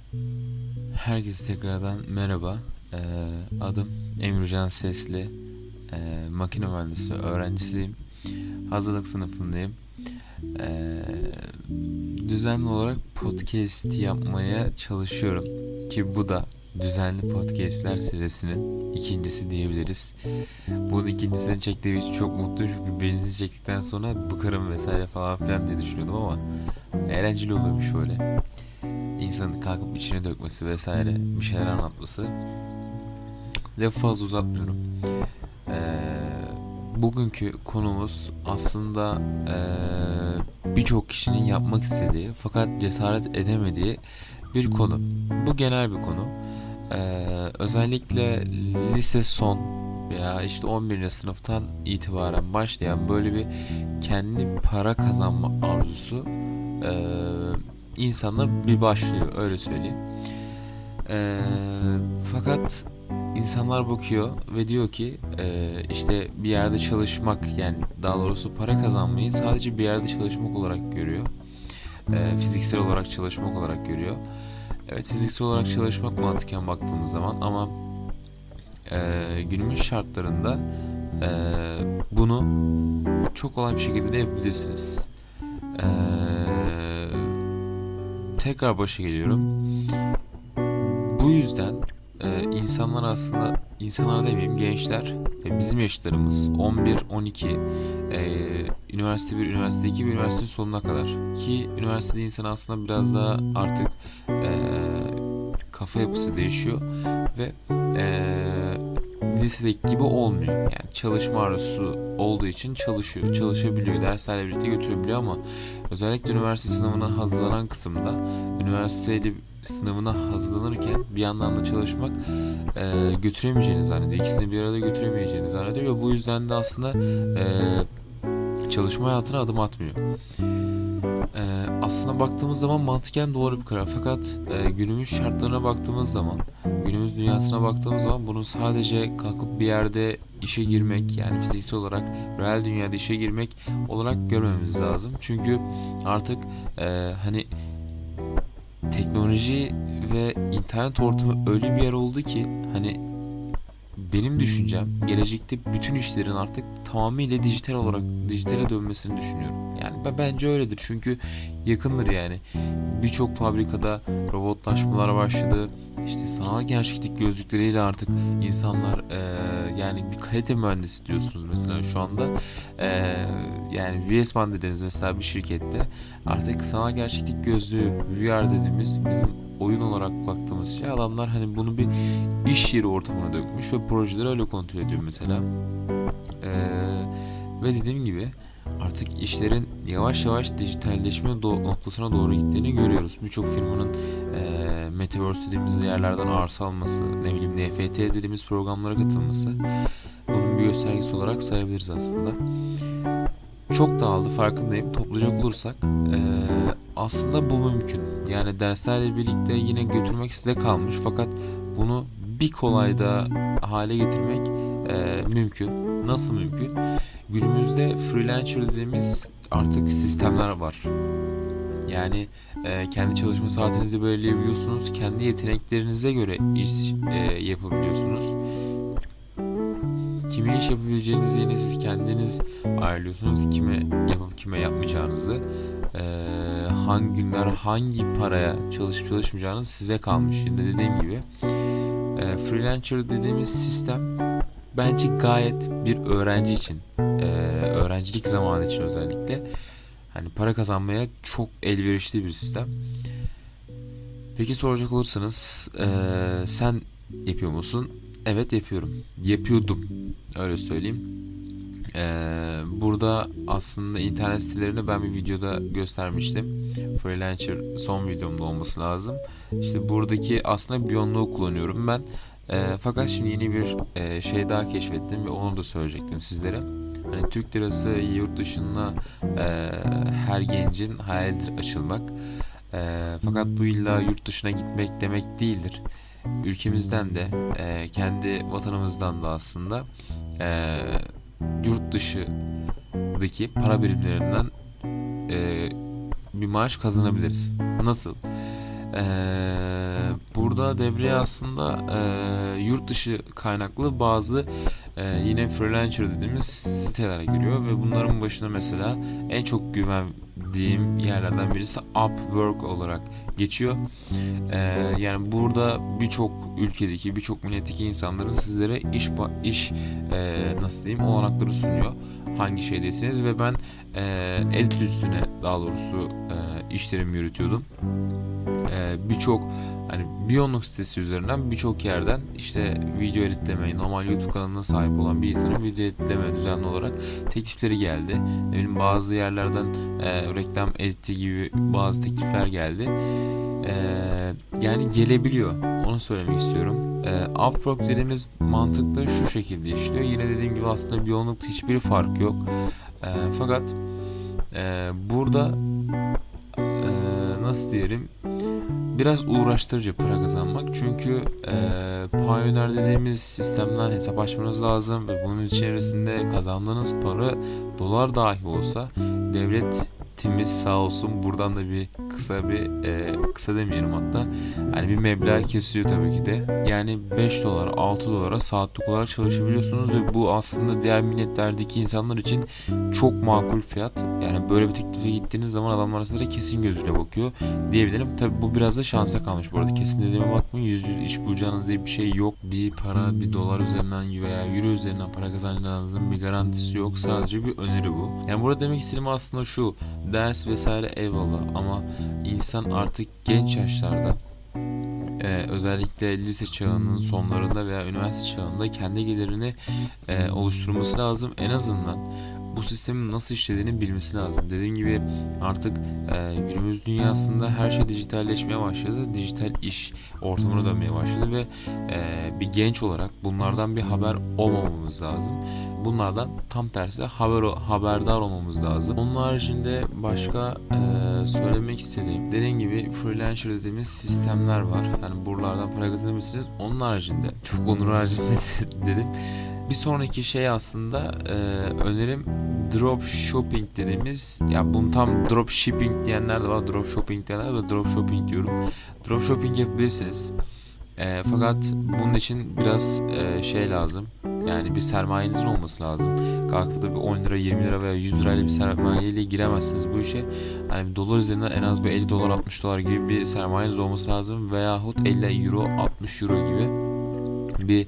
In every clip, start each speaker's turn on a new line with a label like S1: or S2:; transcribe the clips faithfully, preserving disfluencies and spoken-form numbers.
S1: Herkese tekrardan merhaba. Ee, adım Emircan Sesli. Ee, makine mühendisi öğrencisiyim. Hazırlık sınıfındayım. Ee, Düzenli olarak podcast yapmaya çalışıyorum. Ki bu da düzenli podcastler serisinin ikincisi diyebiliriz. Bunun ikincisini çektiğim için çok mutluyum çünkü birincisi çektikten sonra bıkarım vesaire falan filan diye düşünüyordum ama eğlenceli oluyormuş böyle. İnsanın kalkıp içine dökmesi vesaire bir şeyler anlatması. Lafı fazla uzatmıyorum. Ee, Bugünkü konumuz aslında ee, birçok kişinin yapmak istediği fakat cesaret edemediği bir konu. Bu genel bir konu. Ee, özellikle lise son veya işte on birinci sınıftan itibaren başlayan böyle bir kendi para kazanma arzusu ee, insanlar bir başlıyor, öyle söyleyeyim. Ee, Fakat insanlar bakıyor ve diyor ki e, işte bir yerde çalışmak, yani daha doğrusu para kazanmayı sadece bir yerde çalışmak olarak görüyor. Ee, fiziksel olarak çalışmak olarak görüyor. Evet, fiziksel olarak çalışmak mantıken baktığımız zaman ama e, günümüz şartlarında e, bunu çok kolay bir şekilde de yapabilirsiniz. Ee, Tekrar başa geliyorum. Bu yüzden e, insanlar aslında, insanlar demeyeyim, gençler, e, bizim yaşlarımız on bir on iki, e, üniversite bir, üniversite iki ve üniversite sonuna kadar, ki üniversitede insan aslında biraz daha artık e, kafa yapısı değişiyor ve e, lisedeki gibi olmuyor. Yani çalışma arzusu olduğu için çalışıyor, çalışabiliyor, derslerle birlikte götürebiliyor ama özellikle üniversite sınavına hazırlanan kısımda üniversitede sınavına hazırlanırken bir yandan da çalışmak e, götüremeyeceğini zannediyor. İkisini bir arada götüremeyeceğini zannediyor ve bu yüzden de aslında e, çalışma hayatına adım atmıyor. E, aslına baktığımız zaman mantıken doğru bir karar. Fakat e, günümüz şartlarına baktığımız zaman, günümüz dünyasına baktığımız zaman bunu sadece kalkıp bir yerde işe girmek, yani fiziksel olarak real dünyada işe girmek olarak görmemiz lazım. Çünkü artık e, hani teknoloji ve internet ortamı öyle bir yer oldu ki hani benim düşüncem gelecekte bütün işlerin artık tamamıyla dijital olarak dijitale dönmesini düşünüyorum. Yani ben bence öyledir çünkü yakındır yani. Birçok fabrikada robotlaşmalar başladı. İşte sanal gerçeklik gözlükleriyle artık insanlar eee, yani bir kalite mühendisi diyorsunuz mesela şu anda. Eee, Yani V S Band dediğimiz mesela bir şirkette artık sanal gerçeklik gözlüğü V R dediğimiz bizim oyun olarak baktığımız şey, adamlar hani bunu bir iş yeri ortamına dökmüş ve projeleri öyle kontrol ediyor mesela. Ee, Ve dediğim gibi artık işlerin yavaş yavaş dijitalleşme do- noktasına doğru gittiğini görüyoruz. Birçok firmanın e, Metaverse dediğimiz yerlerden arsa alması, ne bileyim N F T dediğimiz programlara katılması bunun bir göstergesi olarak sayabiliriz aslında. Çok dağıldı, farkındayım. Toplayacak olursak e, aslında bu mümkün. Yani derslerle birlikte yine götürmek size kalmış fakat bunu bir kolayda hale getirmek e, mümkün. Nasıl mümkün? Günümüzde freelancer dediğimiz artık sistemler var. Yani e, kendi çalışma saatinizi belirleyebiliyorsunuz. Kendi yeteneklerinize göre iş e, yapabiliyorsunuz. Kime iş yapabileceğinizi yine siz kendiniz ayarlıyorsunuz. Kime yapıp kime yapmayacağınızı. E, Hangi günler hangi paraya çalışıp çalışmayacağınız size kalmış. Şimdi dediğim gibi e, freelancer dediğimiz sistem bence gayet bir öğrenci için, e, öğrencilik zamanı için özellikle hani para kazanmaya çok elverişli bir sistem. Peki soracak olursanız e, sen yapıyor musun? Evet, yapıyorum. Yapıyordum. Öyle söyleyeyim. E, Burada aslında internet sitelerini ben bir videoda göstermiştim. Freelancer son videomda olması lazım. İşte buradaki aslında Biyonluğu kullanıyorum ben. E, fakat şimdi yeni bir e, şey daha keşfettim ve onu da söyleyecektim sizlere. Hani Türk lirası yurt dışına e, her gencin hayalidir açılmak. E, fakat bu illa yurt dışına gitmek demek değildir. Ülkemizden de e, kendi vatanımızdan da aslında e, yurt dışındaki para birimlerinden e, bir maaş kazanabiliriz. Nasıl? Ee, burada devreye aslında e, yurt dışı kaynaklı bazı e, yine freelancer dediğimiz siteler giriyor ve bunların başına mesela en çok güvendiğim yerlerden birisi Upwork olarak geçiyor. Ee, yani burada birçok ülkedeki, birçok milletteki insanların sizlere iş iş e, nasıl diyeyim olanakları sunuyor. Hangi şeydesiniz ve ben e, Edit üstüne daha doğrusu e, işlerimi yürütüyordum. E, birçok hani Biyonluk sitesi üzerinden birçok yerden işte video editleme, normal YouTube kanalına sahip olan bir insanın video editleme düzenli olarak teklifleri geldi. Benim bazı yerlerden e, reklam editi gibi bazı teklifler geldi. Ee, yani gelebiliyor. Onu söylemek istiyorum. Ee, Upwork dediğimiz mantık da şu şekilde işliyor. Yine dediğim gibi aslında bir yoğunlukta hiçbir fark yok. Ee, fakat e, burada e, nasıl diyelim biraz uğraştırıcı para kazanmak. Çünkü e, Payoneer dediğimiz sistemden hesap açmanız lazım ve bunun içerisinde kazandığınız para dolar dahi olsa devlet timiz sağ olsun buradan da bir kısa bir e, kısa demeyelim hatta hani bir meblağ kesiyor tabii ki de. Yani beş dolar altı dolara saatlik olarak çalışabiliyorsunuz ve bu aslında diğer milletlerdeki insanlar için çok makul fiyat. Yani böyle bir teklife gittiğiniz zaman adamlar size kesin gözüyle bakıyor diyebilirim. Tabii bu biraz da şansa kalmış bu arada. Kesin dediğime bakmayın. Yüz yüz iş bulacağınız diye bir şey yok. Bir para, bir dolar üzerinden veya euro üzerinden para kazanacağınızın bir garantisi yok. Sadece bir öneri bu. Yani burada demek istediğim aslında şu. Ders vesaire eyvallah ama insan artık genç yaşlarda e, özellikle lise çağının sonlarında veya üniversite çağında kendi gelirini e, oluşturması lazım. En azından bu sistemin nasıl işlediğini bilmesi lazım. Dediğim gibi artık e, günümüz dünyasında her şey dijitalleşmeye başladı. Dijital iş ortamına dönmeye başladı ve e, bir genç olarak bunlardan bir haber olmamamız lazım. Bunlardan tam tersi haber haberdar olmamız lazım. Onun haricinde başka e, söylemek istediğim, dediğim gibi freelancer dediğimiz sistemler var. Yani buralardan para kazanabilirsiniz. Onun haricinde, çok onur haricinde dedim. Bir sonraki şey aslında e, önerim drop shopping dediğimiz, ya bunu tam drop shipping diyenler de var, drop shopping diyenler de drop shopping diyorum. Drop shopping yapabilirsiniz. E, fakat bunun için biraz e, şey lazım. Yani bir sermayenizin olması lazım. Kalkıp da bir on lira, yirmi lira veya yüz lirayla bir sermayeyle giremezsiniz bu işe. Hani bir dolar üzerinden en az bir elli dolar, altmış dolar gibi bir sermayeniz olması lazım. Veyahut elli euro, altmış euro gibi bir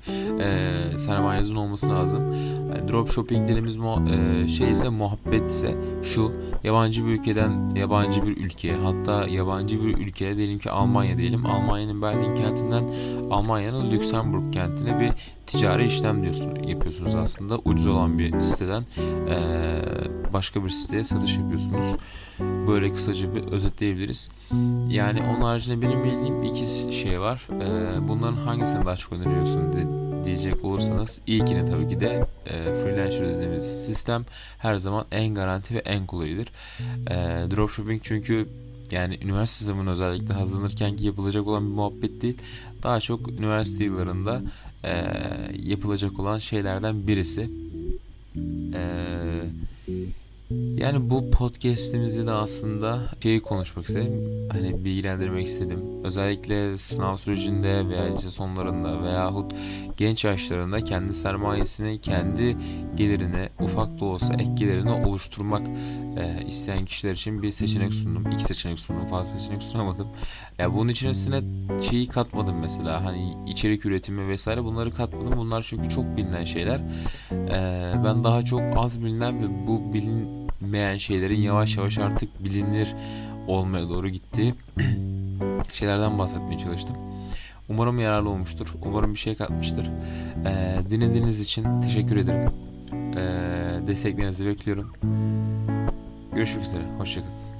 S1: e, sermayenizin olması lazım. Yani drop shopping dediğimiz mu, e, şey ise muhabbet ise şu: yabancı bir ülkeden yabancı bir ülkeye, hatta yabancı bir ülkeye, diyelim ki Almanya diyelim. Almanya'nın Berlin kentinden Almanya'nın Lüksemburg kentine bir ticari işlem diyorsun, yapıyorsunuz aslında. Ucuz olan bir siteden e, başka bir siteye satış yapıyorsunuz. Böyle kısaca bir özetleyebiliriz. Yani onun haricinde benim bildiğim iki şey var. Ee, bunların hangisini daha çok öneriyorsun de, diyecek olursanız, ilkini tabii ki de e, freelancer dediğimiz sistem her zaman en garanti ve en kolayıdır. E, dropshipping çünkü yani üniversite zamanı özellikle hazırlanırken ki yapılacak olan bir muhabbet değil. Daha çok üniversite yıllarında e, yapılacak olan şeylerden birisi. Eee Yani bu podcast'imizde de aslında şeyi konuşmak istedim. Hani bilgilendirmek istedim. Özellikle sınav sürecinde veya lise sonlarında veyahut genç yaşlarında kendi sermayesini, kendi gelirini, ufak da olsa ek gelirini oluşturmak e, isteyen kişiler için bir seçenek sundum. İki seçenek sundum. Fazla seçenek sunamadım. Ya bunun içerisine şeyi katmadım mesela. Hani içerik üretimi vesaire, bunları katmadım. Bunlar çünkü çok bilinen şeyler. E, ben daha çok az bilinen ve bu bilinmeyen şeylerin yavaş yavaş artık bilinir olmaya doğru gittiği şeylerden bahsetmeye çalıştım. Umarım yararlı olmuştur. Umarım bir şey katmıştır. Ee, dinlediğiniz için teşekkür ederim. Ee, desteklerinizi bekliyorum. Görüşmek üzere. Hoşçakalın.